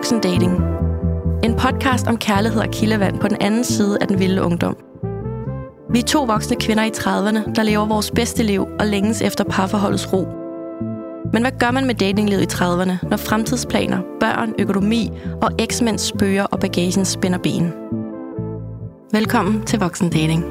Voksen Dating. En podcast om kærlighed og kildevand på den anden side af den vilde ungdom. Vi er 2 voksne kvinder i 30'erne, der lever vores bedste liv og længes efter parforholdets ro. Men hvad gør man med datinglivet i 30'erne, når fremtidsplaner, børn, økonomi og eksmænds spøger og bagagen spænder ben? Velkommen til Voksen Dating.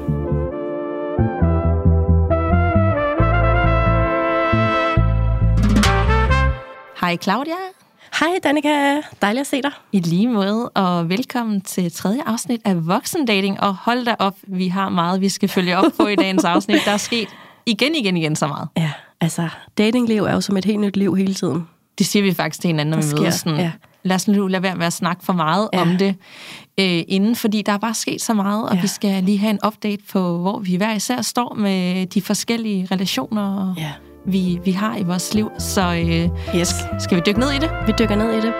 Hej Claudia. Hej Danika, dejligt at se dig. I lige måde, og velkommen til 3. afsnit af Voksen Dating. Og hold da op, vi har meget, vi skal følge op på i dagens afsnit. Der er sket igen så meget. Ja, altså datingliv er jo som et helt nyt liv hele tiden. Det siger vi faktisk til hinanden, når vi mødes. Sådan, ja. Lad os nu lade være med at snakke for meget om det inden, fordi der er bare sket så meget, og vi skal lige have en update på, hvor vi hver især står med de forskellige relationer, vi har i vores liv. Så skal vi dykke ned i det? Vi dykker ned i det.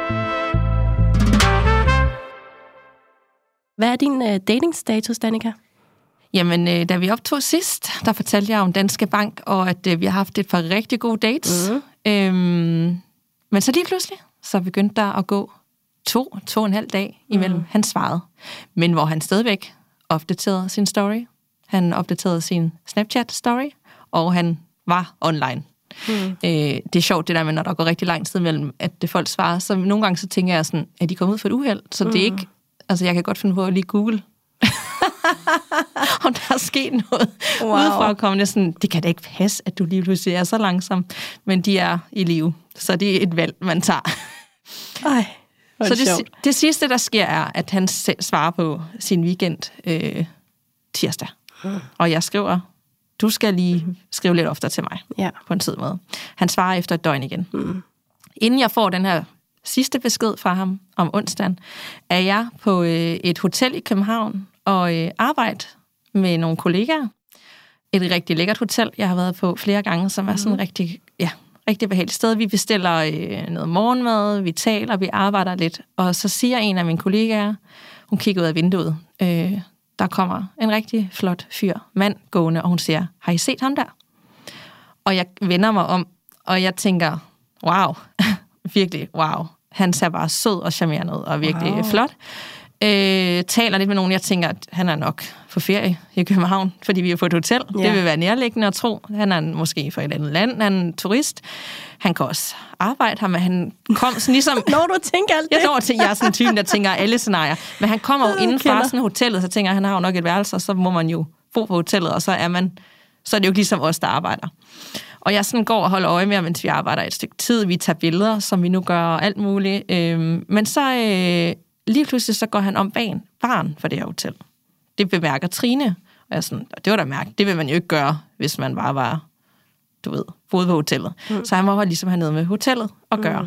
Hvad er din datingstatus, Danika? Jamen, da vi optog sidst, der fortalte jeg om Danske Bank, og at vi har haft et par rigtig gode dates. Men så lige pludselig, så begyndte der at gå 2,5 dag imellem. Han svarede, men hvor han stadigvæk opdaterede sin story. Han opdaterede sin Snapchat-story, og han var online. Det er sjovt det der med, når der går rigtig lang tid mellem, at det folk svarer. Så nogle gange så tænker jeg sådan, at de kommer ud for et uheld. Så det er ikke, altså jeg kan godt finde på at lige google, om der er sket noget udefra kommende. Sådan, det kan da ikke passe, at du lige pludselig er så langsom. Men de er i live, så det er et valg, man tager. Så det sidste, der sker, er, at han svarer på sin weekend tirsdag. Og jeg skriver, du skal lige skrive lidt oftere til mig på en sød måde. Han svarer efter et døgn igen. Inden jeg får den her sidste besked fra ham om onsdagen, er jeg på et hotel i København og arbejde med nogle kollegaer. Et rigtig lækkert hotel, jeg har været på flere gange, som er sådan rigtig behageligt sted. Vi bestiller noget morgenmad, vi taler, vi arbejder lidt. Og så siger en af mine kollegaer, hun kigger ud af vinduet, der kommer en rigtig flot mand gående, og hun siger, har I set ham der? Og jeg vender mig om, og jeg tænker, wow, virkelig wow. Han ser bare sød og charmerende ud, og virkelig flot. Taler lidt med nogen, jeg tænker, at han er nok på ferie i København, fordi vi er på et hotel. Det vil være nærliggende at tro. Han er måske fra et andet land, han er en turist. Han kan også arbejde her, men han kom sådan ligesom... Når du tænker alt det. Jeg er sådan en type, der tænker alle scenarier. Men han kommer jo inden fra sådan hotellet, så tænker han har jo nok et værelse, og så må man jo bo på hotellet, og så er det jo ligesom os, der arbejder. Og jeg sådan går og holder øje med, mens vi arbejder et stykke tid. Vi tager billeder, som vi nu gør, og alt muligt. Men så... lige pludselig så går han om baren for det her hotel. Det bemærker Trine. Og jeg sådan, det var da mærkeligt. Det vil man jo ikke gøre, hvis man bare var, boede på hotellet. Så han må ligesom have noget med hotellet at gøre.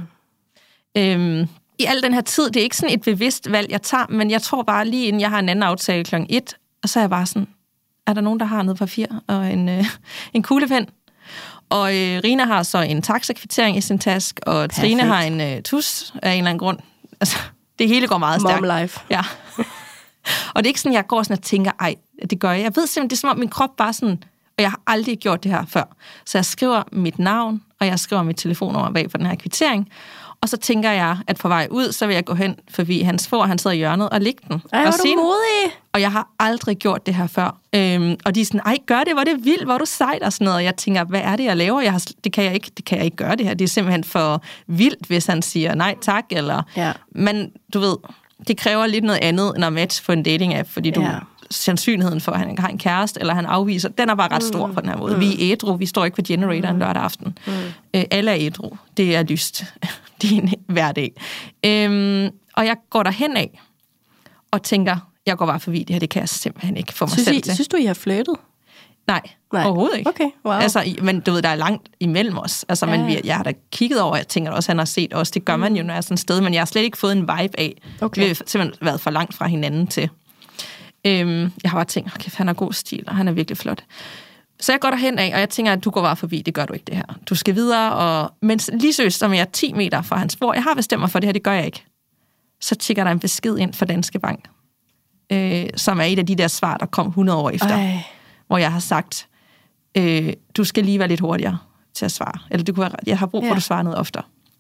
I al den her tid, det er ikke sådan et bevidst valg, jeg tager, men jeg tror bare lige inden jeg har en anden aftale kl. 1, og så er jeg bare sådan, er der nogen, der har noget papir og en kuglepen? Og Rina har så en taxakvittering i sin task, og Trine har en tus af en eller anden grund. Altså, det hele går meget stærkt. Mom life. Ja. Og det er ikke sådan, jeg går sådan og tænker, ej, det gør jeg. Jeg ved simpelthen, det er som om min krop bare sådan, og jeg har aldrig gjort det her før. Så jeg skriver mit navn, og jeg skriver mit telefonnummer bag for den her kvittering. Og så tænker jeg, at på vej ud, så vil jeg gå hen forbi hans for, han sidder i hjørnet og lægge den. Ej, hvor er du modig. Og jeg har aldrig gjort det her før. Og de er sådan, ej, gør det, hvor er det vildt, hvor er du sejt og sådan noget. Og jeg tænker, hvad er det, jeg laver? Det kan jeg ikke gøre det her. Det er simpelthen for vildt, hvis han siger nej tak. Eller... Ja. Men du ved, det kræver lidt noget andet end at matche på en dating-app, fordi sandsynligheden for, at han har en kæreste, eller han afviser, den er bare ret stor på den her måde. Vi er ædru, vi står ikke på Generator en lørdag aften. Alle er ædru. Det er lyst. Det er en hverdag. Og jeg går derhen af og tænker, jeg går bare forbi det her, det kan jeg simpelthen ikke få mig selv til. Synes du, I har flyttet? Nej, overhovedet ikke. Okay, wow. Altså, men du ved, der er langt imellem os. Altså, men jeg har da kigget over, jeg tænker også, han har set os. Det gør man jo, når jeg er sådan et sted, men jeg har slet ikke fået en vibe af. Okay. Vi har simpelthen været for langt fra hinanden til. Jeg har bare tænkt, okay, han har god stil, og han er virkelig flot. Så jeg går derhen af, og jeg tænker, at du går bare forbi, det gør du ikke det her. Du skal videre, men lige søs, som jeg er 10 meter fra hans spor, jeg har bestemt mig for det her, det gør jeg ikke. Så tjekker der en besked ind fra Danske Bank, som er et af de der svar, der kom 100 år efter, hvor jeg har sagt, du skal lige være lidt hurtigere til at svare. Eller jeg har brug for, at du svarer noget oftere.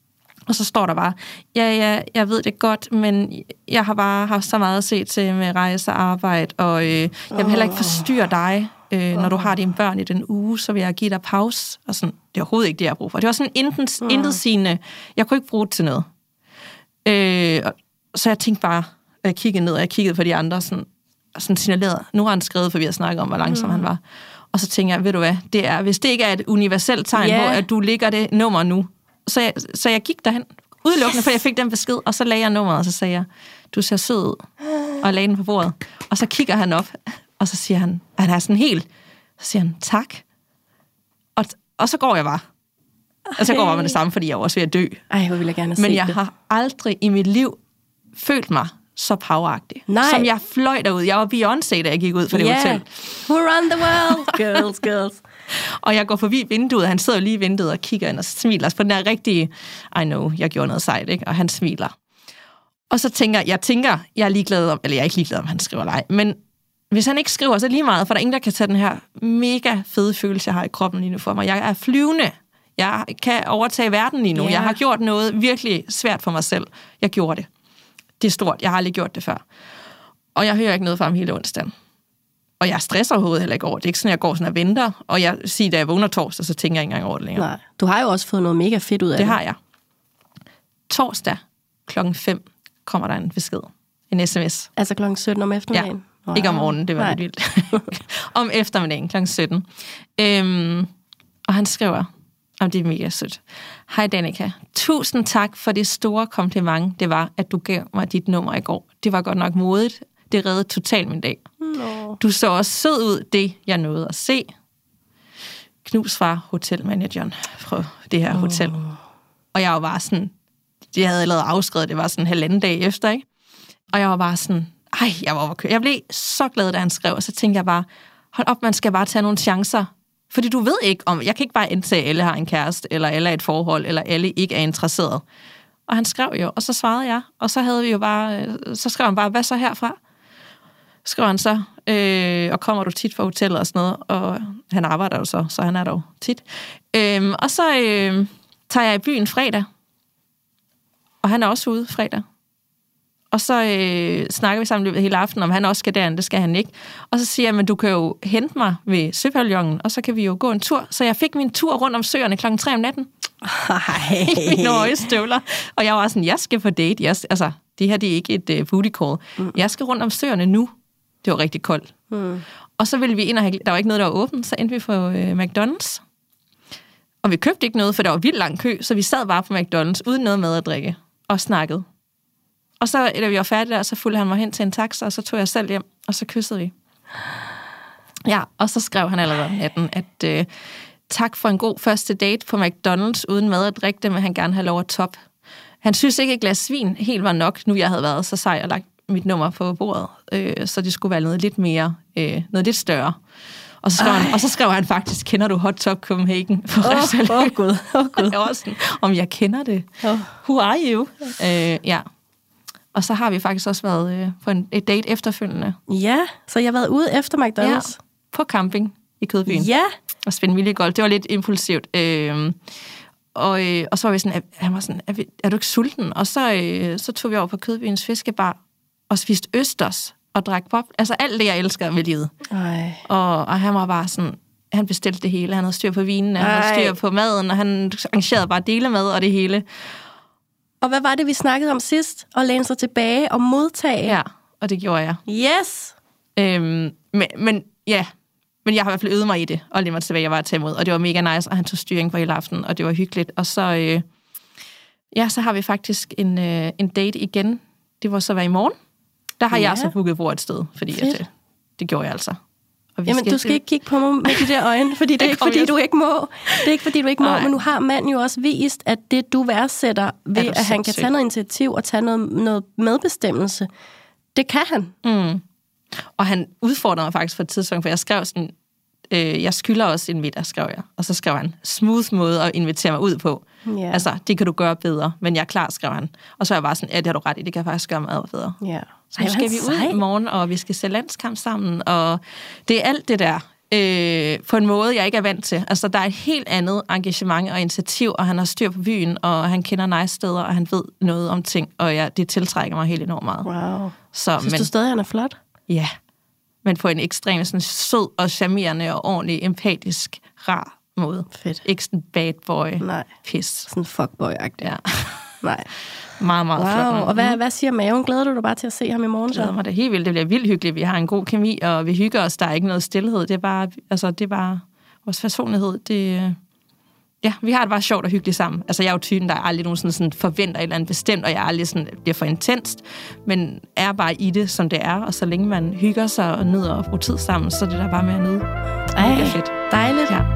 Og så står der bare, ja, jeg ved det godt, men jeg har bare haft så meget at se til med rejse og arbejde, og jeg vil heller ikke forstyrre dig, når du har dine børn i den uge, så vil jeg give dig pause. Og sådan, det er overhovedet ikke det, jeg har brug for. Det var sådan intetsigende. Jeg kunne ikke bruge det til noget. Så jeg tænkte bare, jeg kiggede ned, og jeg kiggede på de andre, sådan signaleret. Nu har han skrevet, for vi har snakket om, hvor langsom han var. Og så tænker jeg, ved du hvad, det er, hvis det ikke er et universelt tegn på, at du ligger det nummer nu. Så jeg gik derhen, udelukkende, for jeg fik den besked, og så lagde jeg nummeret, og så sagde jeg, du ser sød ud, og jeg lagde den på bordet. Og så kigger han op, og så siger han er sådan helt, så siger han, tak. Og så går jeg bare. Og så går jeg bare med det samme, fordi jeg var også ved at dø. Ej, hvor ville jeg gerne se det. Men jeg har aldrig i mit liv følt mig så poweragtig. Som jeg fløj derud. Jeg var Beyoncé, da jeg gik ud fra det hotel. Who run the world? Girls. Og jeg går forbi vinduet, han sidder lige i vinduet og kigger ind og smiler på den der rigtige, I know, jeg gjorde noget sejt, ikke? Og han smiler. Og så tænker jeg er ligeglad om, eller jeg er ikke ligeglad om, han skriver eller ej, men hvis han ikke skriver, så lige meget, for der er ingen, der kan tage den her mega fede følelse, jeg har i kroppen lige nu for mig. Jeg er flyvende. Jeg kan overtage verden lige nu. Yeah. Jeg har gjort noget virkelig svært for mig selv. Jeg gjorde det. Det er stort. Jeg har aldrig gjort det før. Og jeg hører ikke noget fra ham hele onsdagen. Og jeg stresser overhovedet heller ikke over det. Det er ikke sådan, jeg går sådan og venter. Og jeg siger, da jeg vågner torsdag, så tænker jeg ikke engang over det længere. Nej. Du har jo også fået noget mega fedt ud af det. Det har jeg. Torsdag 5:00 kommer der en besked. En sms. Altså 17:00 om eftermiddagen? Ja. Wow. Ikke om morgenen, det var lidt vildt. Om eftermiddagen 17:00. Og han skriver, det er mega sødt. Hej Danika, tusind tak for det store kompliment, det var, at du gav mig dit nummer i går. Det var godt nok modigt. Det reddede totalt min dag. No. Du så også sød ud, det jeg nåede at se. Knus fra hotelmanageren fra det her hotel. Og jeg var bare sådan, jeg havde allerede afskrevet, det var sådan 1,5 dag efter, ikke? Og jeg var bare sådan, jeg var overkørt. Jeg blev så glad, da han skrev, og så tænkte jeg bare, hold op, man skal bare tage nogle chancer. Fordi du ved ikke om, jeg kan ikke bare indtage, at alle har en kæreste, eller alle er et forhold, eller alle ikke er interesseret. Og han skrev jo, og så svarede jeg, og så havde vi jo bare, så skrev han bare, hvad så herfra? Skrev han så, og kommer du tit fra hotellet og sådan noget, og han arbejder jo så han er der jo tit. Og så tager jeg i byen fredag, og han er også ude fredag. Og så snakker vi sammen løbet hele aftenen, om han også skal derind, det skal han ikke. Og så siger jeg, men du kan jo hente mig ved Søpavillonen, og så kan vi jo gå en tur. Så jeg fik min tur rundt om søerne 3:00 om natten. I mine øjestøvler. Og jeg var sådan, jeg skal på date. Altså, det her det er ikke et booty call. Jeg skal rundt om søerne nu. Det var rigtig koldt. Og så ville vi ind og have, der var ikke noget, der var åbent, så endte vi på McDonald's. Og vi købte ikke noget, for der var vildt lang kø, så vi sad bare på McDonald's, uden noget mad at drikke, og snakkede. Og så, da vi var færdige der, så fulgte han mig hen til en taxa, og så tog jeg selv hjem, og så kyssede vi. Ja, og så skrev han allerede om natten, at tak for en god første date på McDonald's, uden mad at drikke det, men han gerne have lov at top. Han synes ikke, et glas vin helt var nok, nu jeg havde været så sej og lagt mit nummer på bordet, så det skulle være noget lidt mere, noget lidt større. Og så skrev han faktisk, kender du Hot Top Copenhagen? Gud. Jeg var sådan, om jeg kender det. Who are you? Ja. Og så har vi faktisk også været på et date efterfølgende. Ja, så jeg har været ude efter McDonald's. Ja, på camping i Kødbyen. Ja. Og spænde Viljegold. Det var lidt impulsivt. Og så var vi sådan, han var sådan, er du ikke sulten? Og så tog vi over på Kødbyens fiskebar og spiste østers og drak pop. Altså alt det, jeg elsker ved livet. Og han var bare sådan, han bestilte det hele. Han havde styr på vinen, han havde styr på maden, og han arrangerede bare delemad og det hele. Og hvad var det, vi snakkede om sidst? At læne sig tilbage og modtage? Ja, og det gjorde jeg. Yes! Men jeg har i hvert fald øvet mig i det, og læne mig tilbage, jeg var at tage imod. Og det var mega nice, og han tog styring på hele aftenen, og det var hyggeligt. Og så, så har vi faktisk en date igen. Det var så være i morgen. Der har jeg så booket bord et sted, fordi det gjorde jeg altså. Jamen, du skal ikke kigge på mig med de der øjne, fordi det er ikke, fordi du ikke må. Det er ikke, fordi du ikke må, men nu har manden jo også vist, at det, du værdsætter ved, at han kan tage noget initiativ og tage noget medbestemmelse, det kan han. Og han udfordrede mig faktisk for et tidspunkt, for jeg skrev sådan, jeg skylder også en middag, skrev jeg. Og så skrev han, smooth måde at invitere mig ud på. Yeah. Altså, det kan du gøre bedre, men jeg er klar, skrev han. Og så er jeg bare sådan, det har du ret i, det kan jeg faktisk gøre meget bedre. Yeah. Så nu skal vi ud i morgen, og vi skal se landskamp sammen, og det er alt det der. på en måde, jeg ikke er vant til. Altså, der er et helt andet engagement og initiativ, og han har styr på byen, og han kender nice steder, og han ved noget om ting, og det tiltrækker mig helt enormt meget. Wow. Synes du stadig, han er flot? Ja, men på en ekstremt sådan sød og charmerende og ordentlig, empatisk, rar måde. Fedt. Ikke sådan bad boy. Nej. Pis. Sådan fuckboy-agtig. Ja. Nej. Meget, meget flot. Og hvad siger maven? Glæder du dig bare til at se ham i morgen? Jeg glæder mig det helt vildt. Det bliver vildt hyggeligt. Vi har en god kemi, og vi hygger os. Der er ikke noget stillhed. Det er bare vores personlighed. Vi har det bare sjovt og hyggeligt sammen. Altså, jeg er jo typen, der aldrig nogen sådan forventer et eller andet bestemt, og jeg aldrig sådan bliver for intenst, men er bare i det, som det er. Og så længe man hygger sig og nyder at bruge tid sammen, så er det der bare med at nyde. Ej, fedt. Dejligt. Ja.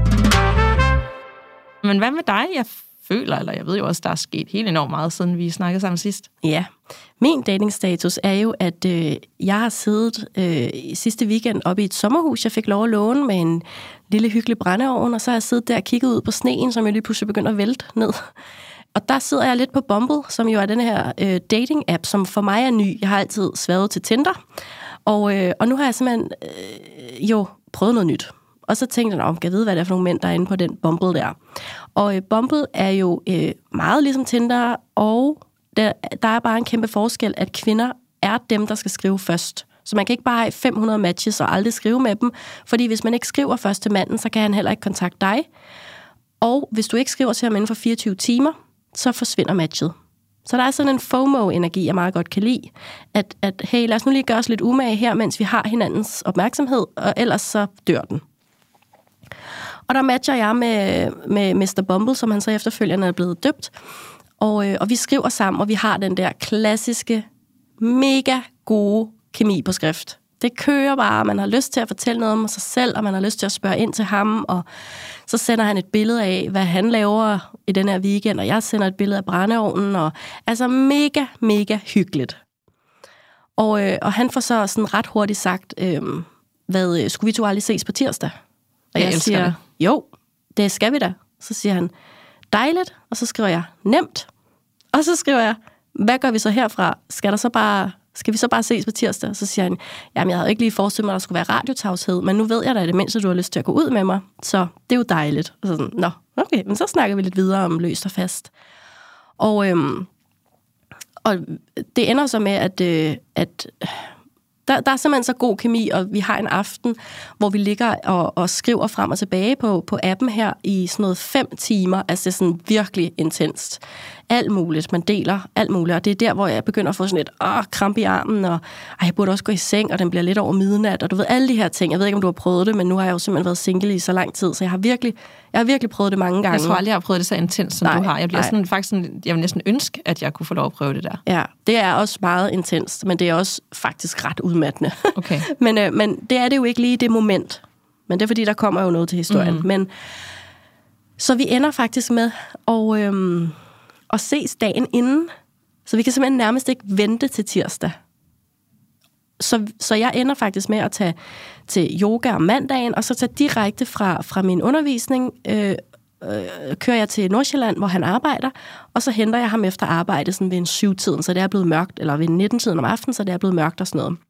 Men hvad med dig? Jeg ved jo også, der er sket helt enormt meget, siden vi snakkede sammen sidst. Ja. Min datingstatus er jo, at jeg har siddet sidste weekend oppe i et sommerhus, jeg fik lov at låne med en lille hyggelig brændeovn, og så har jeg siddet der og kigget ud på sneen, som jeg lige pludselig begynder at vælte ned. Og der sidder jeg lidt på Bumble, som jo er den her dating-app, som for mig er ny. Jeg har altid svævet til Tinder, og nu har jeg simpelthen prøvet noget nyt. Og så tænkte jeg, kan jeg vide, hvad det er for nogle mænd, der er inde på den Bumble der. Og Bumble er jo meget ligesom Tinder, og der er bare en kæmpe forskel, at kvinder er dem, der skal skrive først. Så man kan ikke bare have 500 matches og aldrig skrive med dem, fordi hvis man ikke skriver først til manden, så kan han heller ikke kontakte dig. Og hvis du ikke skriver til ham inden for 24 timer, så forsvinder matchet. Så der er sådan en FOMO-energi, jeg meget godt kan lide, at hey, lad os nu lige gøre os lidt umage her, mens vi har hinandens opmærksomhed, og ellers så dør den. Og der matcher jeg med Mr. Bumble, som han så efterfølgende er blevet døbt. Og vi skriver sammen, og vi har den der klassiske, mega gode kemi på skrift. Det kører bare, man har lyst til at fortælle noget om sig selv, og man har lyst til at spørge ind til ham, og så sender han et billede af, hvad han laver i den her weekend, og jeg sender et billede af brændeovnen, og altså mega, mega hyggeligt. Og han får så sådan ret hurtigt sagt, skulle vi to aldrig ses på tirsdag? Og jeg siger, det. Jo, det skal vi da. Så siger han, dejligt, og så skriver jeg, nemt. Og så skriver jeg, hvad gør vi så herfra? Skal vi så bare ses på tirsdag? Så siger han, jamen jeg havde ikke lige forestillet mig, at der skulle være radiotavshed, men nu ved jeg da, at det mindste, du har lyst til at gå ud med mig. Så det er jo dejligt. Og så sådan, okay, men så snakker vi lidt videre om løst og fast. Og det ender så med, at der er simpelthen så god kemi, og vi har en aften, hvor vi ligger og skriver frem og tilbage på appen her i sådan noget 5 timer. Altså det er sådan virkelig intenst. Alt muligt. Man deler alt muligt. Og det er der, hvor jeg begynder at få sådan et kramp i armen, og jeg burde også gå i seng, og den bliver lidt over midnat, og du ved, alle de her ting. Jeg ved ikke, om du har prøvet det, men nu har jeg jo simpelthen været single i så lang tid, så jeg har virkelig prøvet det mange gange. Jeg tror aldrig, jeg har prøvet det så intens, som du har. Jeg bliver jeg vil næsten ønske, at jeg kunne få lov at prøve det der. Ja, det er også meget intenst, men det er også faktisk ret udmattende. Okay. men det er det jo ikke lige i det moment. Men det er fordi, der kommer jo noget til historien. Mm. Men så vi ender faktisk med at ses dagen inden. Så vi kan simpelthen nærmest ikke vente til tirsdag. Så jeg ender faktisk med at tage til yoga om mandagen, og så tage direkte fra min undervisning, kører jeg til Nordsjælland, hvor han arbejder, og så henter jeg ham efter arbejde sådan ved en 7-tiden, så det er blevet mørkt, eller ved 19-tiden om aftenen, så det er blevet mørkt og sådan noget.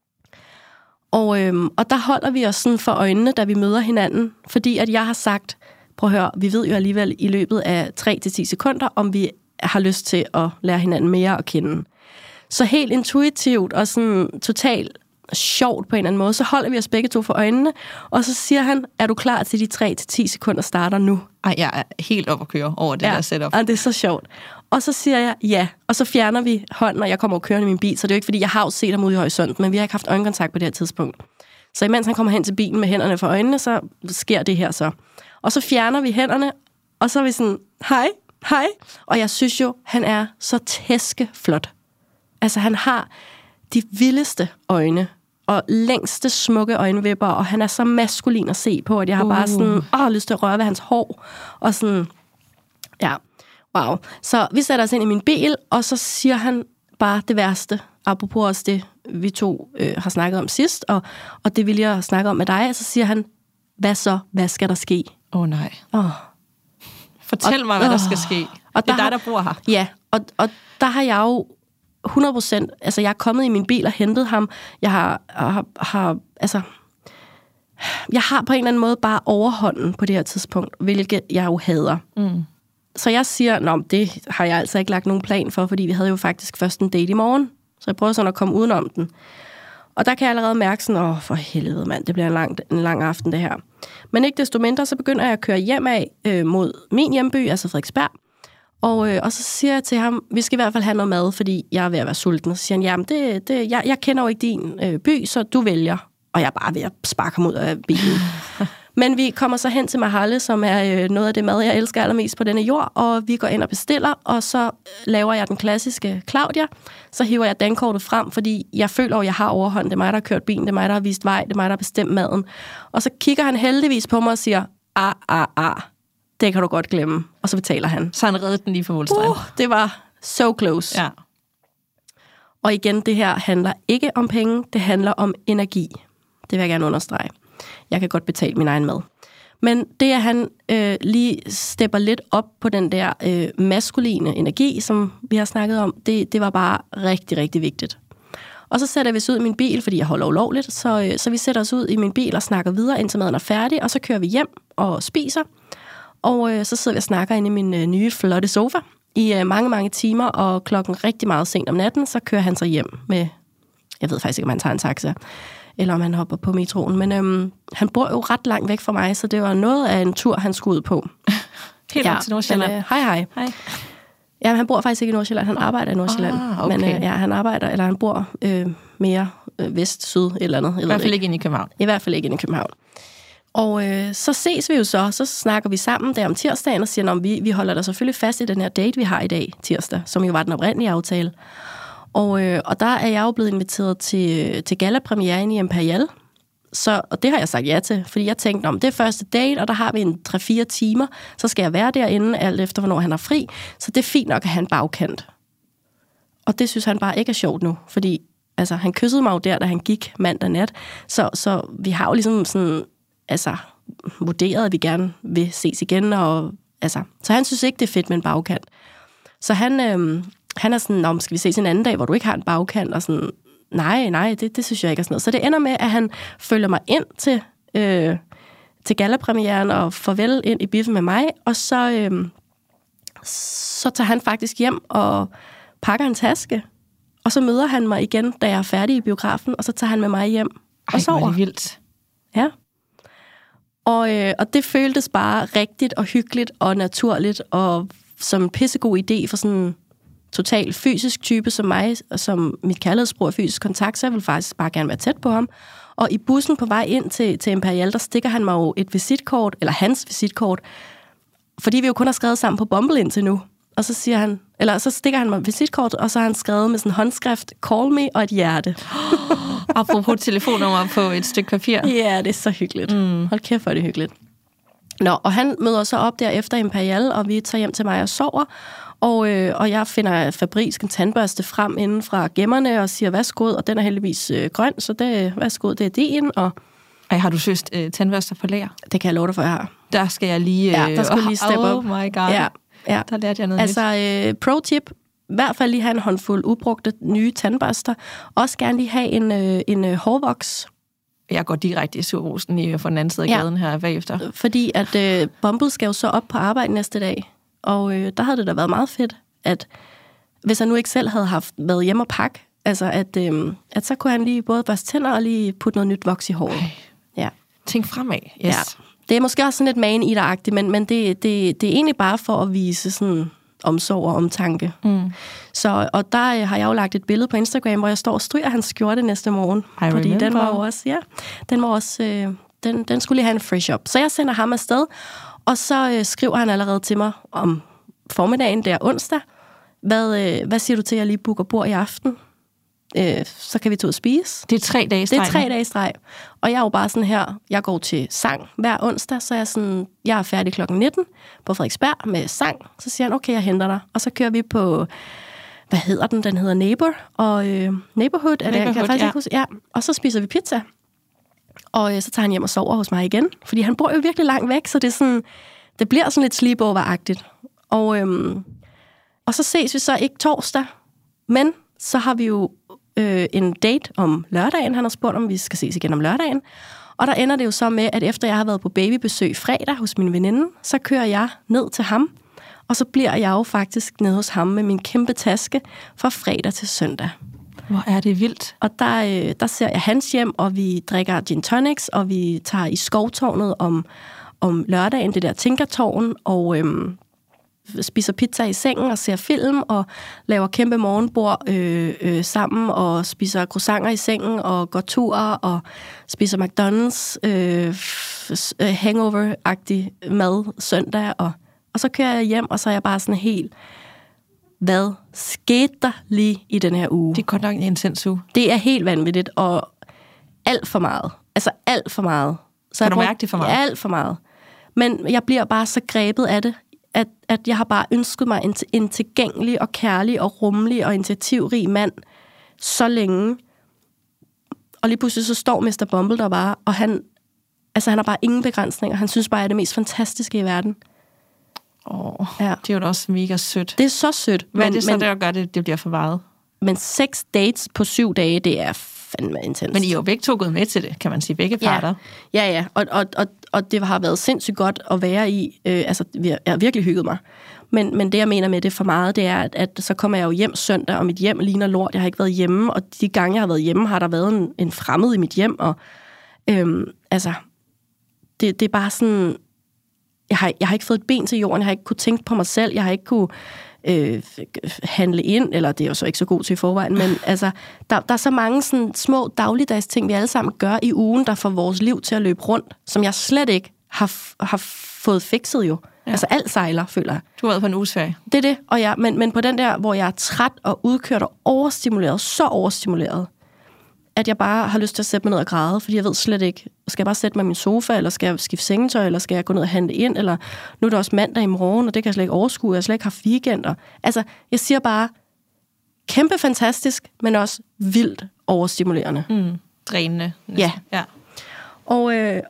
Og der holder vi os sådan for øjnene, da vi møder hinanden, fordi at jeg har sagt, prøv at høre, vi ved jo alligevel i løbet af 3-10 sekunder, om vi har lyst til at lære hinanden mere at kende. Så helt intuitivt og sådan totalt sjovt på en eller anden måde, så holder vi os begge to for øjnene, og så siger han, er du klar til de 3-10 sekunder starter nu? Ej, jeg er helt op at køre over det der setup. Og det er så sjovt. Og så siger jeg ja, og så fjerner vi hånden, og jeg kommer kørende i min bil, så det er jo ikke, fordi jeg har jo set ham ude i horisonten, men vi har ikke haft øjenkontakt på det her tidspunkt. Så imens han kommer hen til bilen med hænderne for øjnene, så sker det her så. Og så fjerner vi hænderne, og så er vi sådan, hej. Og jeg synes jo, han er så tæskeflot. Altså, han har de vildeste øjne, og længste smukke øjenvipper, og han er så maskulin at se på, at jeg har bare sådan, lyst til at røre ved hans hår, og sådan, ja, wow. Så vi sætter os ind i min bil, og så siger han bare det værste, apropos også det, vi to har snakket om sidst, og det vil jeg snakke om med dig, og så siger han, hvad så? Hvad skal der ske? Nej. Fortæl mig, hvad der skal ske. Og det er dig, der bor her. Ja, og der har jeg jo 100%, altså jeg er kommet i min bil og hentet ham. Jeg har altså, jeg har på en eller anden måde bare overhånden på det her tidspunkt, hvilket jeg jo hader. Så jeg siger, det har jeg altså ikke lagt nogen plan for, fordi vi havde jo faktisk først en date i morgen. Så jeg prøver sådan at komme udenom den. Og der kan jeg allerede mærke sådan, for helvede mand, det bliver en lang aften det her. Men ikke desto mindre, så begynder jeg at køre hjem af mod min hjemby, altså Frederiksberg. Og så siger jeg til ham, vi skal i hvert fald have noget mad, fordi jeg er ved at være sulten. Så siger han, jamen jeg kender jo ikke din by, så du vælger. Og jeg er bare ved at sparke ham ud af bilen. Men vi kommer så hen til Mahalle, som er noget af det mad, jeg elsker allermest på denne jord, og vi går ind og bestiller, og så laver jeg den klassiske Claudia. Så hiver jeg dankortet frem, fordi jeg føler, at jeg har overhånd. Det er mig, der har kørt bilen, det er mig, der har vist vej, det er mig, der har bestemt maden. Og så kigger han heldigvis på mig og siger, det kan du godt glemme. Og så betaler han. Så han reddede den lige for målstregen. Det var so close. Ja. Og igen, det her handler ikke om penge, det handler om energi. Det vil jeg gerne understrege. Jeg kan godt betale min egen mad. Men det, at han lige stepper lidt op på den der maskuline energi, som vi har snakket om, det var bare rigtig, rigtig vigtigt. Og så sætter vi os ud i min bil, fordi jeg holder ulovligt, så vi sætter os ud i min bil og snakker videre, indtil maden er færdig, og så kører vi hjem og spiser. Og så sidder vi og snakker inde i min nye, flotte sofa i mange, mange timer, og klokken rigtig meget sent om natten, så kører han sig hjem med, jeg ved faktisk ikke, om han tager en taxa, eller om han hopper på metroen, men han bor jo ret langt væk fra mig, så det var noget af en tur, han skulle ud på. Helt langt til Nordsjælland. Hej. Ja, han bor faktisk ikke i Nordsjælland, han arbejder i Nordsjælland. Okay. Men han arbejder, eller han bor mere vest, syd, et eller andet. I hvert fald ikke inde i København. I hvert fald ikke inde i København. Og så ses vi jo så snakker vi sammen der om tirsdagen, og siger, vi holder der selvfølgelig fast i den her date, vi har i dag, tirsdag, som jo var den oprindelige aftale. Og der er jeg jo blevet inviteret til gala-premieren i Imperial. Og det har jeg sagt ja til, fordi jeg tænkte, det er første date, og der har vi en 3-4 timer, så skal jeg være derinde, alt efter hvornår han er fri. Så det er fint nok at have en bagkant. Og det synes han bare ikke er sjovt nu, fordi han kyssede mig jo der, da han gik mandag nat. Så vi har jo ligesom sådan, vurderet, at vi gerne vil ses igen. Så han synes ikke, det er fedt med en bagkant. Så han er sådan, skal vi ses en anden dag, hvor du ikke har en bagkant? Og sådan, nej, det synes jeg ikke er sådan noget. Så det ender med, at han følger mig ind til gallapremieren og farvel ind i biffen med mig, og så tager han faktisk hjem og pakker en taske, og så møder han mig igen, da jeg er færdig i biografen, og så tager han med mig hjem og sover. Ej, hvor er det vildt. Ja. Og det føltes bare rigtigt og hyggeligt og naturligt, og som en pissegod idé for sådan en total fysisk type som mig, og som mit kærlighedssprog er fysisk kontakt, så jeg vil faktisk bare gerne være tæt på ham. Og i bussen på vej ind til Imperial, der stikker han mig jo et visitkort, eller hans visitkort, fordi vi jo kun har skrevet sammen på Bumble indtil nu. Og så siger han, så stikker han mig et visitkort, og så har han skrevet med sådan en håndskrift, call me, og et hjerte. Apropos telefonnummer på et stykke papir. Ja, det er så hyggeligt. Hold kæft, hvor er det hyggeligt. Og han møder så op der efter Imperial, og vi tager hjem til mig og sover. Og jeg finder fabrisk en tandbørste frem inden fra gemmerne og siger, værsgo, og den er heldigvis grøn, så værsgo, det er din. Ej, har du søgt tandbørster på lager? Det kan jeg love dig for, jeg har. Der skal jeg lige... der skal lige steppe op. Oh my god. Ja. Der lærte jeg noget nyt. Pro-tip, i hvert fald lige have en håndfuld ubrugte nye tandbørster. Også gerne lige have en hårvoks. Jeg går direkte i Surrosen lige for den anden side af gaden her bagefter. Fordi at Bumble skal jo så op på arbejde næste dag. Og der havde det da været meget fedt, at hvis han nu ikke selv havde været hjemme og pakke, at så kunne han lige både børste tænder og lige putte noget nyt voks i håret. Ja. Tænk fremad. Yes. Ja. Det er måske også sådan lidt man-eater-agtigt, men det er egentlig bare for at vise sådan omsorg og omtanke. Og der har jeg jo lagt et billede på Instagram, hvor jeg står og stryger hans skjorte næste morgen. Fordi den var også, den skulle lige have en fresh up. Så jeg sender ham afsted, og så skriver han allerede til mig om formiddagen, der onsdag. Hvad siger du til, at jeg lige booker bord i aften? Så kan vi tage ud og spise. Det er 3 dage streg. Det er 3 dage streg. Og jeg er jo bare sådan her, jeg går til sang hver onsdag, så jeg er færdig klokken 19 på Frederiksberg med sang. Så siger han, okay, jeg henter dig. Og så kører vi på, hvad hedder den? Den hedder Neighborhood. Kan jeg faktisk ikke huske. Ja. Og så spiser vi pizza. Og så tager han hjem og sover hos mig igen. Fordi han bor jo virkelig langt væk, så det bliver sådan lidt sleepover-agtigt. Og så ses vi så ikke torsdag, men så har vi jo en date om lørdagen. Han har spurgt, om vi skal ses igen om lørdagen. Og der ender det jo så med, at efter jeg har været på babybesøg fredag hos min veninde, så kører jeg ned til ham, og så bliver jeg jo faktisk nede hos ham med min kæmpe taske fra fredag til søndag. Hvor er det vildt. Og der ser jeg hans hjem, og vi drikker gin tonics, og vi tager i skovtårnet om lørdagen, det der Tinkertårn, og spiser pizza i sengen og ser film, og laver kæmpe morgenbord sammen, og spiser croissanter i sengen, og går tur, og spiser McDonald's hangover-agtig mad søndag, og så kører jeg hjem, og så er jeg bare sådan helt, hvad skete der lige i den her uge? Det er godt nok en intens uge. Det er helt vanvittigt, og alt for meget. Altså alt for meget. Så kan du mærke det for meget? Alt for meget. Men jeg bliver bare så grebet af det, at jeg har bare ønsket mig en tilgængelig og kærlig og rummelig og initiativrig mand så længe. Og lige pludselig så står Mr. Bumble der bare, og han har bare ingen begrænsninger. Han synes bare, jeg er det mest fantastiske i verden. Ja. Det er jo da også mega sødt. Det er så sødt. Hvad er det så, der gør det bliver for meget? Men 6 dates på 7 dage, det er fandme intens. Men I er jo begge to gået med til det, kan man sige, begge parter. Ja. Og det har været sindssygt godt at være i. Jeg har virkelig hygget mig. Men det, jeg mener med det for meget, det er, at så kommer jeg jo hjem søndag, og mit hjem ligner lort. Jeg har ikke været hjemme, og de gange, jeg har været hjemme, har der været en fremmed i mit hjem. Og det er bare sådan... Jeg har ikke fået et ben til jorden, jeg har ikke kunne tænke på mig selv, jeg har ikke kunne handle ind, eller det er jo så ikke så god til i forvejen, men altså, der er så mange sådan små dagligdags ting, vi alle sammen gør i ugen, der får vores liv til at løbe rundt, som jeg slet ikke har fået fikset jo. Ja. Altså alt sejler, føler jeg. Du har været på en uges ferie. Det er det, men på den der, hvor jeg er træt og udkørt og overstimuleret, så overstimuleret, at jeg bare har lyst til at sætte mig ned og græde, fordi jeg ved slet ikke, skal jeg bare sætte mig i min sofa, eller skal jeg skifte sengetøj, eller skal jeg gå ned og handle ind, eller nu er det også mandag i morgen, og det kan jeg slet ikke overskue, jeg har slet ikke haft weekender. Altså, jeg siger bare, kæmpe fantastisk, men også vildt overstimulerende. Drænende. Ja. Og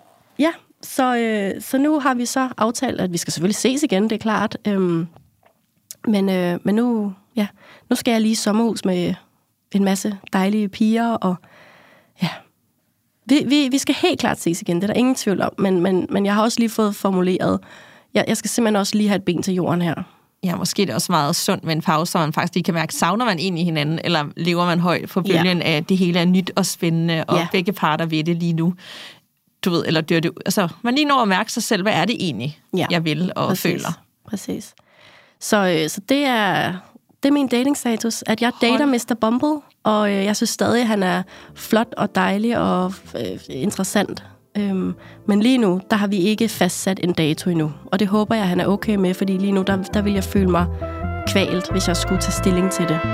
så nu har vi så aftalt, at vi skal selvfølgelig ses igen, det er klart. Men nu skal jeg lige i sommerhus med en masse dejlige piger, og ja, vi skal helt klart ses igen, det er der ingen tvivl om, men jeg har også lige fået formuleret, jeg skal simpelthen også lige have et ben til jorden her. Ja, måske det er også meget sundt med en pause, så man faktisk lige kan mærke, savner man egentlig hinanden, eller lever man højt på bølgen af, det hele er nyt og spændende, og begge parter ved det lige nu. Du ved, eller dør det, altså, man lige når at mærke sig selv, hvad er det egentlig, jeg vil og føler. Præcis. Så det er min datingstatus, at jeg dater Mr. Bumble, og jeg synes stadig, at han er flot og dejlig og interessant. Men lige nu, der har vi ikke fastsat en dato endnu, og det håber jeg, han er okay med, fordi lige nu, der vil jeg føle mig kvalt, hvis jeg skulle tage stilling til det.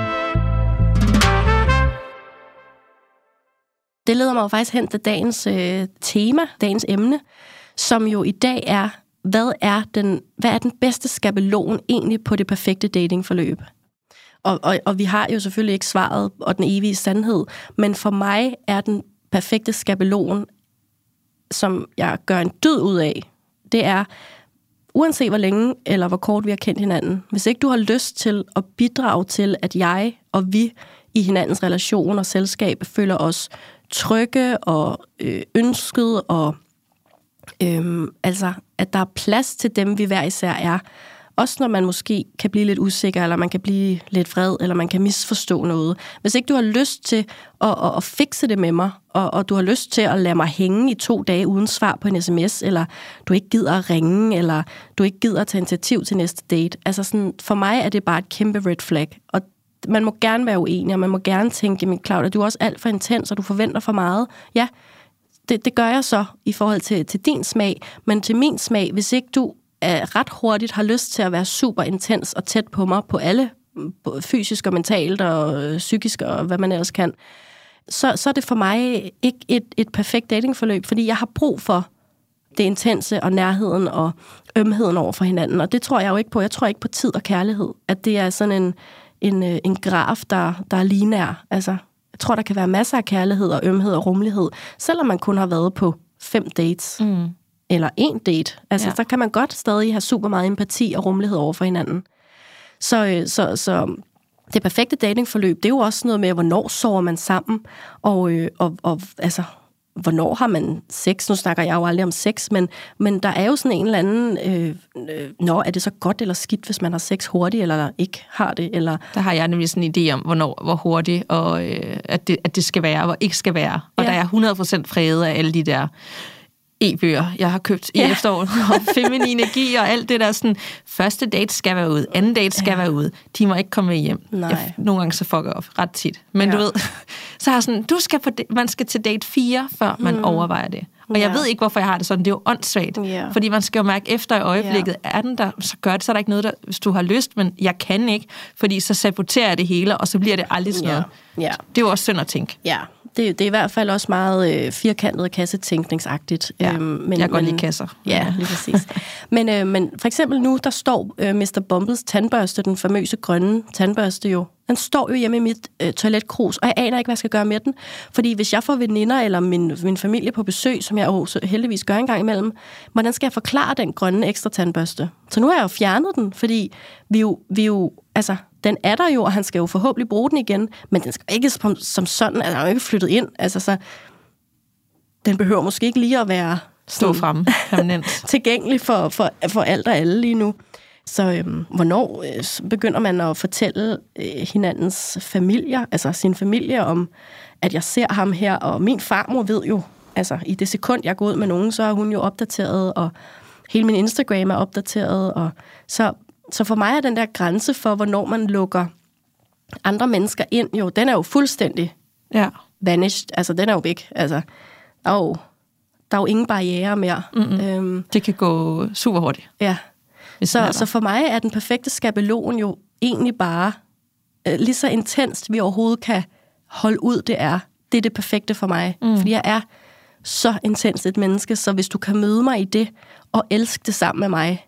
Det leder mig jo faktisk hen til dagens tema, dagens emne, som jo i dag er, hvad er den bedste skabelon egentlig på det perfekte datingforløb? Og vi har jo selvfølgelig ikke svaret og den evige sandhed, men for mig er den perfekte skabelon, som jeg gør en dyd ud af, det er, uanset hvor længe eller hvor kort vi har kendt hinanden, hvis ikke du har lyst til at bidrage til, at jeg og vi i hinandens relation og selskab føler os trygge og ønsket, og at der er plads til dem, vi hver især er. Også når man måske kan blive lidt usikker, eller man kan blive lidt vred, eller man kan misforstå noget. Hvis ikke du har lyst til at fikse det med mig, og du har lyst til at lade mig hænge i 2 dage uden svar på en sms, eller du ikke gider at ringe, eller du ikke gider at tage initiativ til næste date. Altså sådan, for mig er det bare et kæmpe red flag. Og man må gerne være uenig, og man må gerne tænke, men Claudia, du er også alt for intens, og du forventer for meget. Ja, det gør jeg så i forhold til din smag, men til min smag, hvis ikke du ret hurtigt har lyst til at være super intens og tæt på mig på alle, fysisk og mentalt og psykisk og hvad man ellers kan, så er det for mig ikke et perfekt datingforløb, fordi jeg har brug for det intense og nærheden og ømheden over for hinanden, og det tror jeg jo ikke på. Jeg tror ikke på tid og kærlighed, at det er sådan en graf, der er linær. Altså, jeg tror, der kan være masser af kærlighed og ømhed og rummelighed, selvom man kun har været på 5 dates. Eller 1 date. Altså, så kan man godt stadig have super meget empati og rummelighed over for hinanden. Så det perfekte datingforløb, det er jo også noget med, hvornår sover man sammen, og altså, hvornår har man sex? Nu snakker jeg jo aldrig om sex, men der er jo sådan en eller anden, er det så godt eller skidt, hvis man har sex hurtigt, eller ikke har det? Eller... Der har jeg nemlig sådan en idé om, hvor hurtigt, og at det skal være, hvor ikke skal være. Og der er 100% præget af alle de der e-bøger, jeg har købt i efteråret, og feminin energi og alt det der sådan, første date skal være ude, anden date skal være ude, de må ikke komme med hjem. Nogle gange så fucker op, ret tit. Men du ved, så har sådan, man skal til date 4, før man overvejer det. Og jeg ved ikke, hvorfor jeg har det sådan, det er jo åndssvagt. Fordi man skal jo mærke efter i øjeblikket, er den der, så gør det, så er der ikke noget, der, hvis du har lyst, men jeg kan ikke, fordi så saboterer jeg det hele, og så bliver det aldrig sådan noget. Det er jo også synd at tænke. Ja. Det er i hvert fald også meget firkantet kassetænkningsagtigt. Ja, jeg går lige kasser. Ja, lige præcis. men for eksempel nu, der står Mr. Bumbles tandbørste, den famøse grønne tandbørste jo. Den står jo hjemme i mit toiletkrus, og jeg aner ikke, hvad jeg skal gøre med den. Fordi hvis jeg får veninder eller min familie på besøg, som jeg jo heldigvis gør en gang imellem, hvordan skal jeg forklare den grønne ekstra tandbørste? Så nu har jeg jo fjernet den, fordi vi jo altså... Den er der jo, og han skal jo forhåbentlig bruge den igen, men den skal ikke som sådan, altså den er jo ikke flyttet ind, altså så den behøver måske ikke lige at være stå fremme permanent tilgængelig for alt og alle lige nu. Så hvornår begynder man at fortælle hinandens familier, altså sin familie om, at jeg ser ham her, og min farmor ved jo, altså i det sekund, jeg går ud med nogen, så er hun jo opdateret, og hele min Instagram er opdateret, og så for mig er den der grænse for, hvornår man lukker andre mennesker ind, jo, den er jo fuldstændig vanished. Altså, den er jo væk. Altså, der er jo ingen barriere mere. Det kan gå super hurtigt. Ja. Så for mig er den perfekte skabelon jo egentlig bare lige så intenst, vi overhovedet kan holde ud, det er det perfekte for mig. Fordi jeg er så intens et menneske, så hvis du kan møde mig i det, og elske det sammen med mig,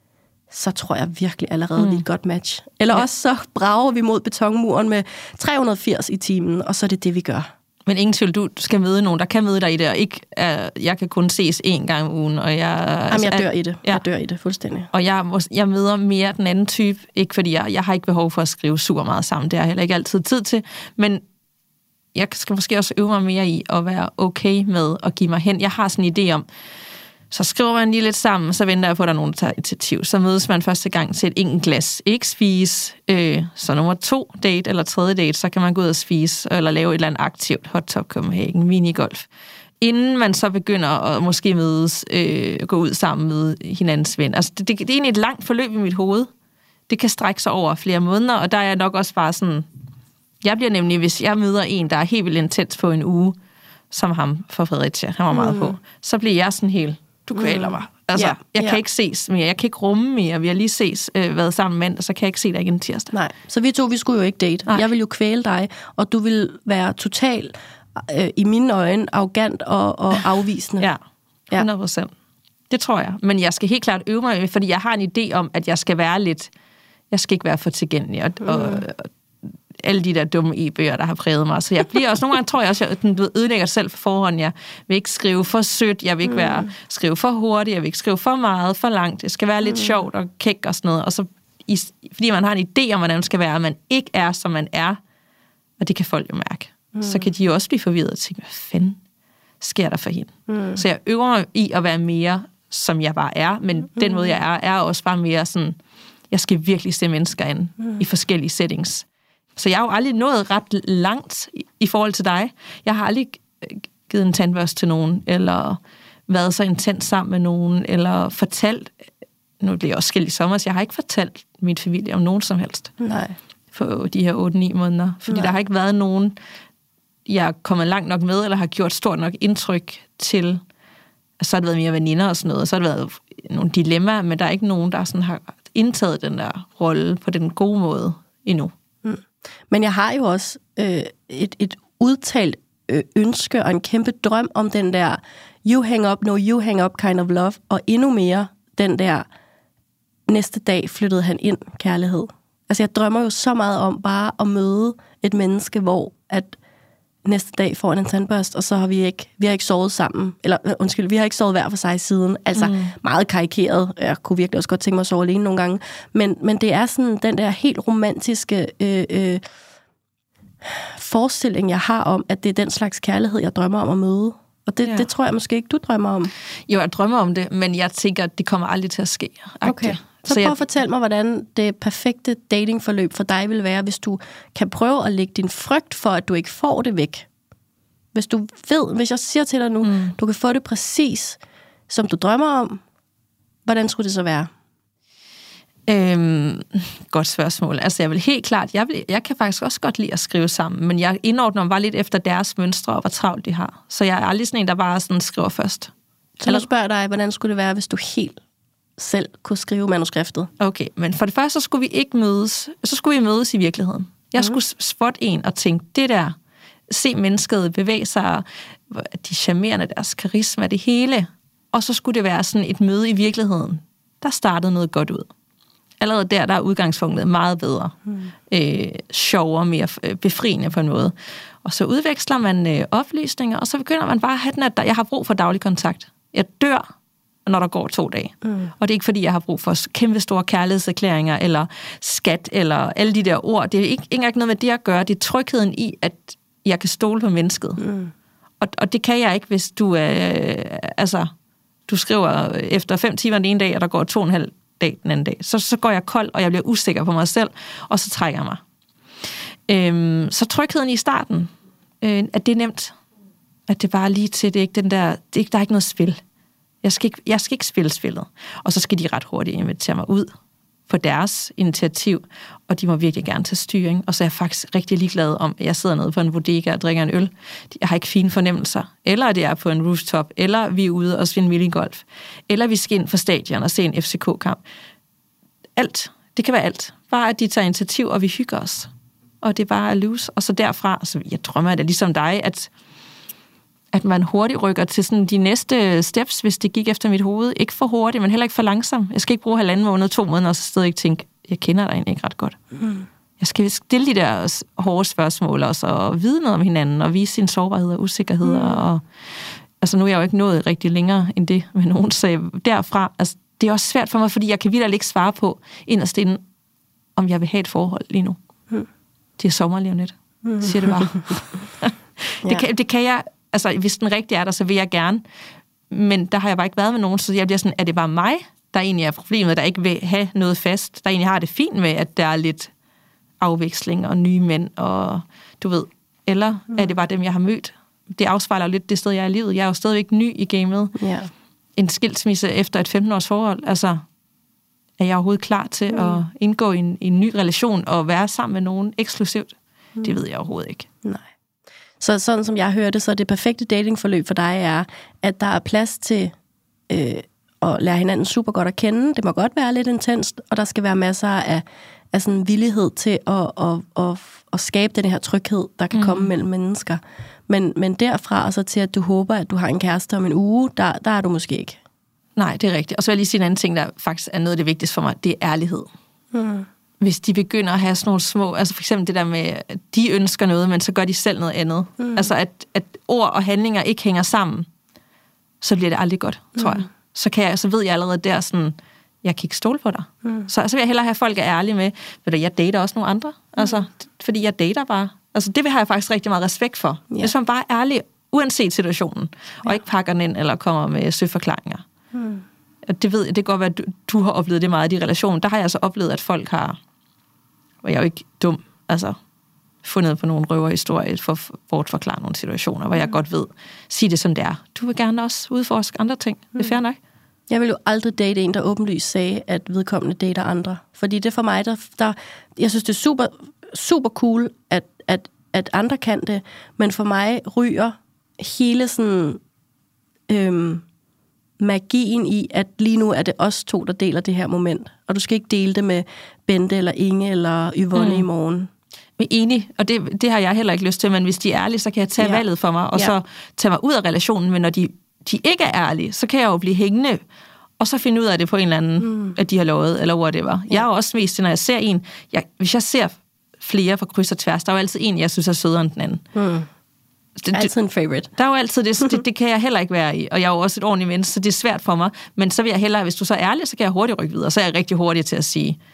så tror jeg virkelig allerede, vi er et godt match. Eller også så brager vi mod betonmuren med 380 i timen, og så er det, vi gør. Men ingen tvivl, du skal møde nogen, der kan møde dig i det, og ikke, jeg kan kun ses 1 gang om ugen, og jeg dør i det. Jeg dør i det, fuldstændig. Og jeg møder mere den anden type, ikke fordi jeg har ikke behov for at skrive super meget sammen, det har jeg heller ikke altid tid til, men jeg skal måske også øve mig mere i at være okay med at give mig hen. Jeg har sådan en idé om, så skriver man lige lidt sammen, så venter jeg på, at der er nogen, der tager initiativ. Så mødes man første gang til et enkelt glas. Ikke spise. Så nummer 2 date eller 3. date, så kan man gå ud og spise, eller lave et eller andet aktivt hot top Copenhagen, minigolf. Inden man så begynder at måske mødes, gå ud sammen med hinandens ven. Altså, det er egentlig et langt forløb i mit hoved. Det kan strække sig over flere måneder, og der er jeg nok også bare sådan... Jeg bliver nemlig, hvis jeg møder en, der er helt vildt intens på en uge, som ham fra Fredericia, han var meget på, så bliver jeg sådan helt... Du kvæler mig. Altså, jeg kan ikke ses mere. Jeg kan ikke rumme mere. Vi har lige været sammen mandag, så kan jeg ikke se dig igen tirsdag. Nej, så vi skulle jo ikke date. Nej. Jeg vil jo kvæle dig, og du vil være total, i mine øjne, arrogant og afvisende. Ja, 100%. Det tror jeg. Men jeg skal helt klart øve mig, fordi jeg har en idé om, at jeg skal være lidt... Jeg skal ikke være for tilgængelig, og alle de der dumme e-bøger, der har præget mig. Så jeg bliver også, nogle gange tror jeg også, at den ødelægger selv for forhånd. Jeg vil ikke skrive for sødt, jeg vil ikke skrive for hurtigt, jeg vil ikke skrive for meget, for langt. Det skal være lidt sjovt og kæk og sådan noget. Og så, fordi man har en idé om, hvordan man skal være, og man ikke er, som man er, og det kan folk jo mærke, så kan de jo også blive forvirret og tænke, hvad fanden sker der for hende? Så jeg øver mig i at være mere, som jeg bare er, men den måde, jeg er også bare mere sådan, jeg skal virkelig se mennesker ind i forskellige settings. Så jeg har jo aldrig nået ret langt i forhold til dig. Jeg har aldrig givet en tandbørste til nogen, eller været så intens sammen med nogen, eller fortalt, nu bliver jeg også skilt i sommer, så jeg har ikke fortalt min familie om nogen som helst. Nej. For de her 8-9 måneder. Fordi der har ikke været nogen, jeg er kommet langt nok med, eller har gjort stort nok indtryk til, så har det været mere veninder og sådan noget, og så har det været nogle dilemmaer, men der er ikke nogen, der sådan har indtaget den der rolle på den gode måde endnu. Men jeg har jo også et udtalt ønske og en kæmpe drøm om den der you hang up, no you hang up kind of love, og endnu mere den der næste dag flyttede han ind kærlighed. Altså jeg drømmer jo så meget om bare at møde et menneske, hvor at næste dag får en tandbørste, og så har vi har ikke sovet sammen. Eller undskyld, vi har ikke sovet hver for sig siden. Altså meget karikeret. Jeg kunne virkelig også godt tænke mig at sove alene nogle gange. Men det er sådan den der helt romantiske forestilling, jeg har om, at det er den slags kærlighed, jeg drømmer om at møde. Og det tror jeg måske ikke, du drømmer om. Jo, jeg drømmer om det, men jeg tænker, at det kommer aldrig til at ske. Okay. Så prøv at fortælle mig, hvordan det perfekte datingforløb for dig vil være, hvis du kan prøve at lægge din frygt for, at du ikke får det væk. Hvis jeg siger til dig nu, du kan få det præcis, som du drømmer om, hvordan skulle det så være? Godt spørgsmål. Altså jeg vil helt klart, jeg kan faktisk også godt lide at skrive sammen, men jeg indordner mig bare lidt efter deres mønstre og hvor travlt de har. Så jeg er aldrig sådan en, der bare sådan skriver først. Så nu spørger dig, hvordan skulle det være, hvis du helt selv kunne skrive manuskriptet? Okay, men for det første, så skulle vi ikke mødes. Så skulle vi mødes i virkeligheden. Jeg skulle spotte en og tænke, det der, se mennesket bevæge sig, de charmerende, deres karisma, det hele. Og så skulle det være sådan et møde i virkeligheden. Der startede noget godt ud. Allerede der er udgangspunktet meget bedre. Sjovere, mere befriende på en måde. Og så udveksler man oplysninger, og så begynder man bare at have den, at jeg har brug for daglig kontakt. Jeg dør, når der går 2 dage. Og det er ikke, fordi jeg har brug for kæmpe store kærlighedserklæringer, eller skat, eller alle de der ord. Det er ikke engang noget med det at gøre. Det er trygheden i, at jeg kan stole på mennesket. Og det kan jeg ikke, hvis du du skriver efter 5 timer den ene dag, og der går 2,5 dag den anden dag. Så går jeg kold, og jeg bliver usikker på mig selv, og så trækker jeg mig. Så trygheden i starten, at det er nemt. At det bare er lige til, det er ikke den der, der er ikke noget spil. Jeg skal ikke spille spillet. Og så skal de ret hurtigt invitere mig ud på deres initiativ, og de må virkelig gerne tage styring. Og så er jeg faktisk rigtig ligeglad om, at jeg sidder nede på en bodega og drikker en øl. Jeg har ikke fine fornemmelser. Eller det er på en rooftop, eller vi er ude og spille minigolf. Eller vi skal ind på stadion og se en FCK-kamp. Alt. Det kan være alt. Bare at de tager initiativ, og vi hygger os. Og det er bare at loose. Og så derfra, altså jeg drømmer det ligesom dig, at man hurtigt rykker til sådan de næste steps, hvis det gik efter mit hoved. Ikke for hurtigt, men heller ikke for langsomt. Jeg skal ikke bruge 1,5 måned, 2 måneder, og så stadig ikke tænke, jeg kender dig egentlig ikke ret godt. Jeg skal stille de der hårde spørgsmål også, og vide noget om hinanden, og vise sin sårbarhed og usikkerheder. Og, altså nu er jeg jo ikke nået rigtig længere end det med nogen, så derfra, altså det er også svært for mig, fordi jeg kan virkelig ikke svare på inderst inden, om jeg vil have et forhold lige nu. Det er sommer lige om lidt. Siger det bare. det kan jeg. Altså, hvis den rigtige er der, så vil jeg gerne. Men der har jeg bare ikke været med nogen, så jeg bliver sådan, er det bare mig, der egentlig er problemet, der ikke vil have noget fast, der egentlig har det fint med, at der er lidt afveksling og nye mænd, og du ved, eller er det bare dem, jeg har mødt? Det afspejler jo lidt det sted, jeg er i livet. Jeg er jo stadigvæk ny i gamet. Yeah. En skilsmisse efter et 15-års forhold, altså, er jeg overhovedet klar til at indgå i en ny relation og være sammen med nogen eksklusivt? Det ved jeg overhovedet ikke. Nej. Så sådan som jeg hørte, så det perfekte datingforløb for dig er, at der er plads til at lære hinanden super godt at kende. Det må godt være lidt intenst, og der skal være masser af sådan villighed til at skabe den her tryghed, der kan komme mellem mennesker. Men derfra og så til, at du håber, at du har en kæreste om en uge, der er du måske ikke. Nej, det er rigtigt. Og så vil jeg lige sige en anden ting, der faktisk er noget af det vigtigste for mig, det er ærlighed. Hvis de begynder at have sådan nogle små, altså for eksempel det der med, at de ønsker noget, men så gør de selv noget andet. Altså at ord og handlinger ikke hænger sammen, så bliver det aldrig godt, tror jeg. Så ved jeg allerede der sådan, jeg kan ikke stole på dig. Så vil jeg hellere have, at folk er ærlige med, ved du, jeg dater også nogle andre. Altså, fordi jeg dater bare. Altså det har jeg faktisk rigtig meget respekt for. Hvis man bare er ærlig, uanset situationen, og ikke pakker den ind, eller kommer med søforklaringer. Det ved jeg, det kan godt være, at du har oplevet det meget i de relationer. Der har jeg altså oplevet, at folk har, og jeg er jo ikke dum, altså fundet på nogle røverhistorier for at bortforklare nogle situationer, hvor jeg godt ved, sige det som det er. Du vil gerne også udforske andre ting. Det er fair nok. Jeg vil jo aldrig date en, der åbenlyst sagde, at vedkommende dater andre. Fordi det for mig, der jeg synes, det er super, super cool, at andre kan det, men for mig ryger hele sådan magien i, at lige nu er det os to, der deler det her moment. Og du skal ikke dele det med Bente eller Inge eller Yvonne i morgen. Jeg er enig, og det har jeg heller ikke lyst til, men hvis de er ærlige, så kan jeg tage valget for mig, og så tage mig ud af relationen, men når de ikke er ærlige, så kan jeg jo blive hængende, og så finde ud af det på en eller anden, at de har lovet, eller whatever. Jeg er jo også mest, når jeg ser en, hvis jeg ser flere på kryds og tværs, der er jo altid en, jeg synes er sødere end den anden. Det er altid en favorite. Der er jo altid det kan jeg heller ikke være i, og jeg er jo også et ordentligt menneske, så det er svært for mig, men så vil jeg hellere, hvis du så er ærlig, så kan jeg hurtigt rykke videre, så er jeg rigtig hurtig til at sige,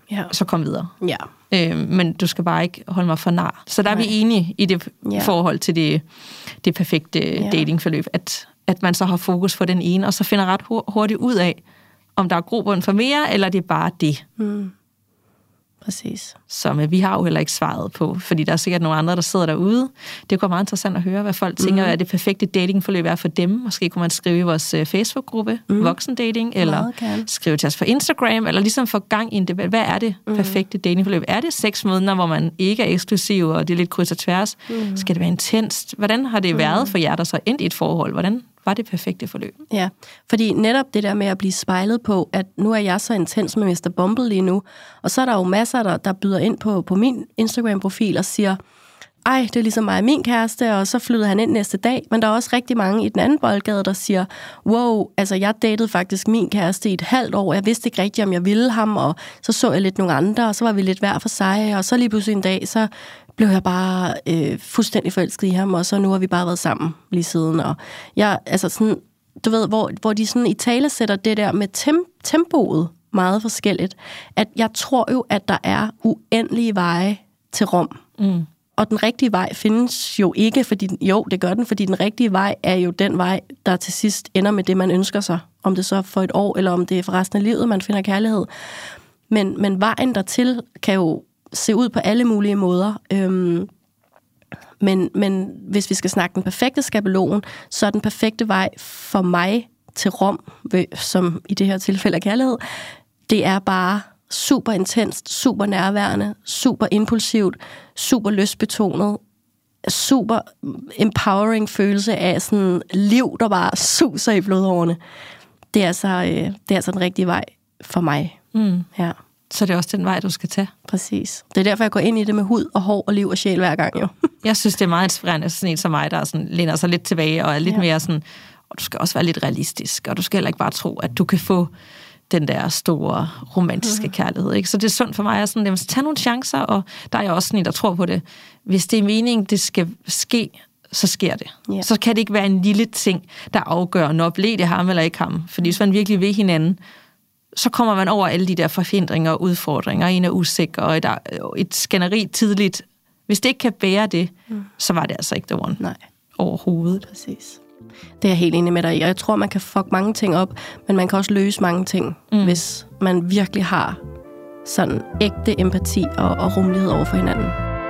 så kom videre. Ja. Men du skal bare ikke holde mig for nar. Så der er vi enige i det forhold til det perfekte datingforløb, at man så har fokus på den ene, og så finder ret hurtigt ud af, om der er grobund for mere, eller det er bare det. Præcis. Som vi har jo heller ikke svaret på, fordi der er sikkert nogle andre, der sidder derude. Det går meget interessant at høre, hvad folk tænker, at det perfekte datingforløb er for dem. Måske kunne man skrive i vores Facebook-gruppe, Voksendating, eller skrive til os på Instagram, eller ligesom få gang i en debat. Hvad er det perfekte datingforløb? Er det 6 måneder, hvor man ikke er eksklusiv, og det er lidt kryds og tværs? Skal det være intenst? Hvordan har det været for jer, der så endte i et forhold? Hvordan var det perfekte forløb? Ja, fordi netop det der med at blive spejlet på, at nu er jeg så intens med Mr. Bumble lige nu, og så er der jo masser, der byder ind på min Instagram-profil og siger, ej, det er ligesom mig og min kæreste, og så flyttede han ind næste dag. Men der er også rigtig mange i den anden boldgade, der siger, wow, altså jeg datede faktisk min kæreste i et halvt år, jeg vidste ikke rigtigt, om jeg ville ham, og så jeg lidt nogle andre, og så var vi lidt hver for sig, og så lige pludselig en dag, så blev jeg bare fuldstændig forelsket i ham, og så nu har vi bare været sammen lige siden. Og jeg, altså sådan, du ved, hvor de sådan i tale sætter det der med tempoet meget forskelligt, at jeg tror jo, at der er uendelige veje til Rom. Og den rigtige vej findes jo ikke, fordi det gør den, fordi den rigtige vej er jo den vej, der til sidst ender med det, man ønsker sig. Om det så for et år, eller om det er for resten af livet, man finder kærlighed. Men vejen dertil kan jo se ud på alle mulige måder. Men hvis vi skal snakke den perfekte skabelon, så er den perfekte vej for mig til Rom, som i det her tilfælde er kærlighed, det er bare super intenst, super nærværende, super impulsivt, super lystbetonet, super empowering følelse af sådan liv, der bare suser i blodårene. Det er altså den rigtige vej for mig. Ja. Så det er også den vej, du skal tage. Præcis. Det er derfor, jeg går ind i det med hud og hår og liv og sjæl hver gang, jo. Jeg synes, det er meget inspirerende, sådan en som mig, der sådan, læner sig lidt tilbage og er lidt mere sådan, og du skal også være lidt realistisk, og du skal heller ikke bare tro, at du kan få den der store romantiske kærlighed, ikke? Så det er sundt for mig at sådan, tage nogle chancer, og der er jeg også sådan en, der tror på det. Hvis det er meningen, det skal ske, så sker det. Yeah. Så kan det ikke være en lille ting, der afgør, når blev det ham eller ikke ham. Fordi hvis man virkelig vil hinanden, så kommer man over alle de der forhindringer og udfordringer, en er usikker, og et skænderi tidligt. Hvis det ikke kan bære det, så var det altså ikke the one. Nej. Overhovedet. Præcis. Det er jeg helt enig med dig i. Og jeg tror, man kan fuck mange ting op, men man kan også løse mange ting, hvis man virkelig har sådan ægte empati og rummelighed over for hinanden.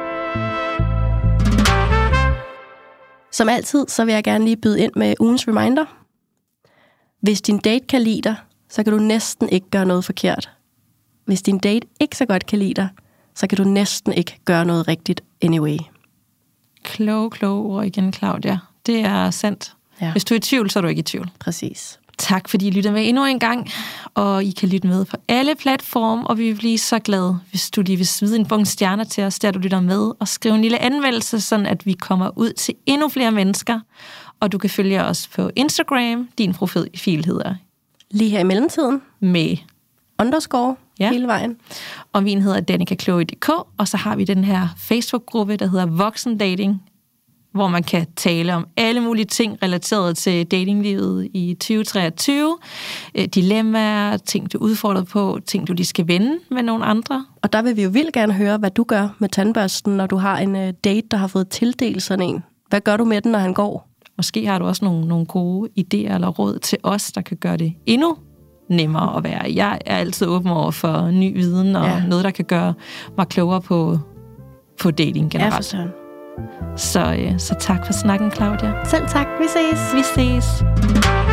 Som altid, så vil jeg gerne lige byde ind med ugens reminder. Hvis din date kan lide dig, så kan du næsten ikke gøre noget forkert. Hvis din date ikke så godt kan lide dig, så kan du næsten ikke gøre noget rigtigt anyway. Kloge ord igen, Claudia. Det er sandt. Ja. Hvis du er i tvivl, så er du ikke i tvivl. Præcis. Tak, fordi I lytter med endnu en gang, og I kan lytte med på alle platforme, og vi vil blive så glade, hvis du lige vil smide en bunke stjerner til os, der du lytter med, og skrive en lille anmeldelse, sådan at vi kommer ud til endnu flere mennesker. Og du kan følge os på Instagram. Din profil hedder lige her i mellemtiden. Med underscore hele vejen. Og min hedder DanikaChloe.dk, og så har vi den her Facebook-gruppe, der hedder Voksendating, hvor man kan tale om alle mulige ting relateret til datinglivet i 2023. Dilemmaer, ting du er udfordret på, ting du lige skal vende med nogle andre. Og der vil vi jo vildt gerne høre, hvad du gør med tandbørsten, når du har en date, der har fået tildelt sådan en. Hvad gør du med den, når han går? Måske har du også nogle gode idéer eller råd til os, der kan gøre det endnu nemmere at være. Jeg er altid åben over for ny viden og noget, der kan gøre mig klogere på dating generelt. Så tak for snakken, Claudia. Selv tak. Vi ses. Vi ses.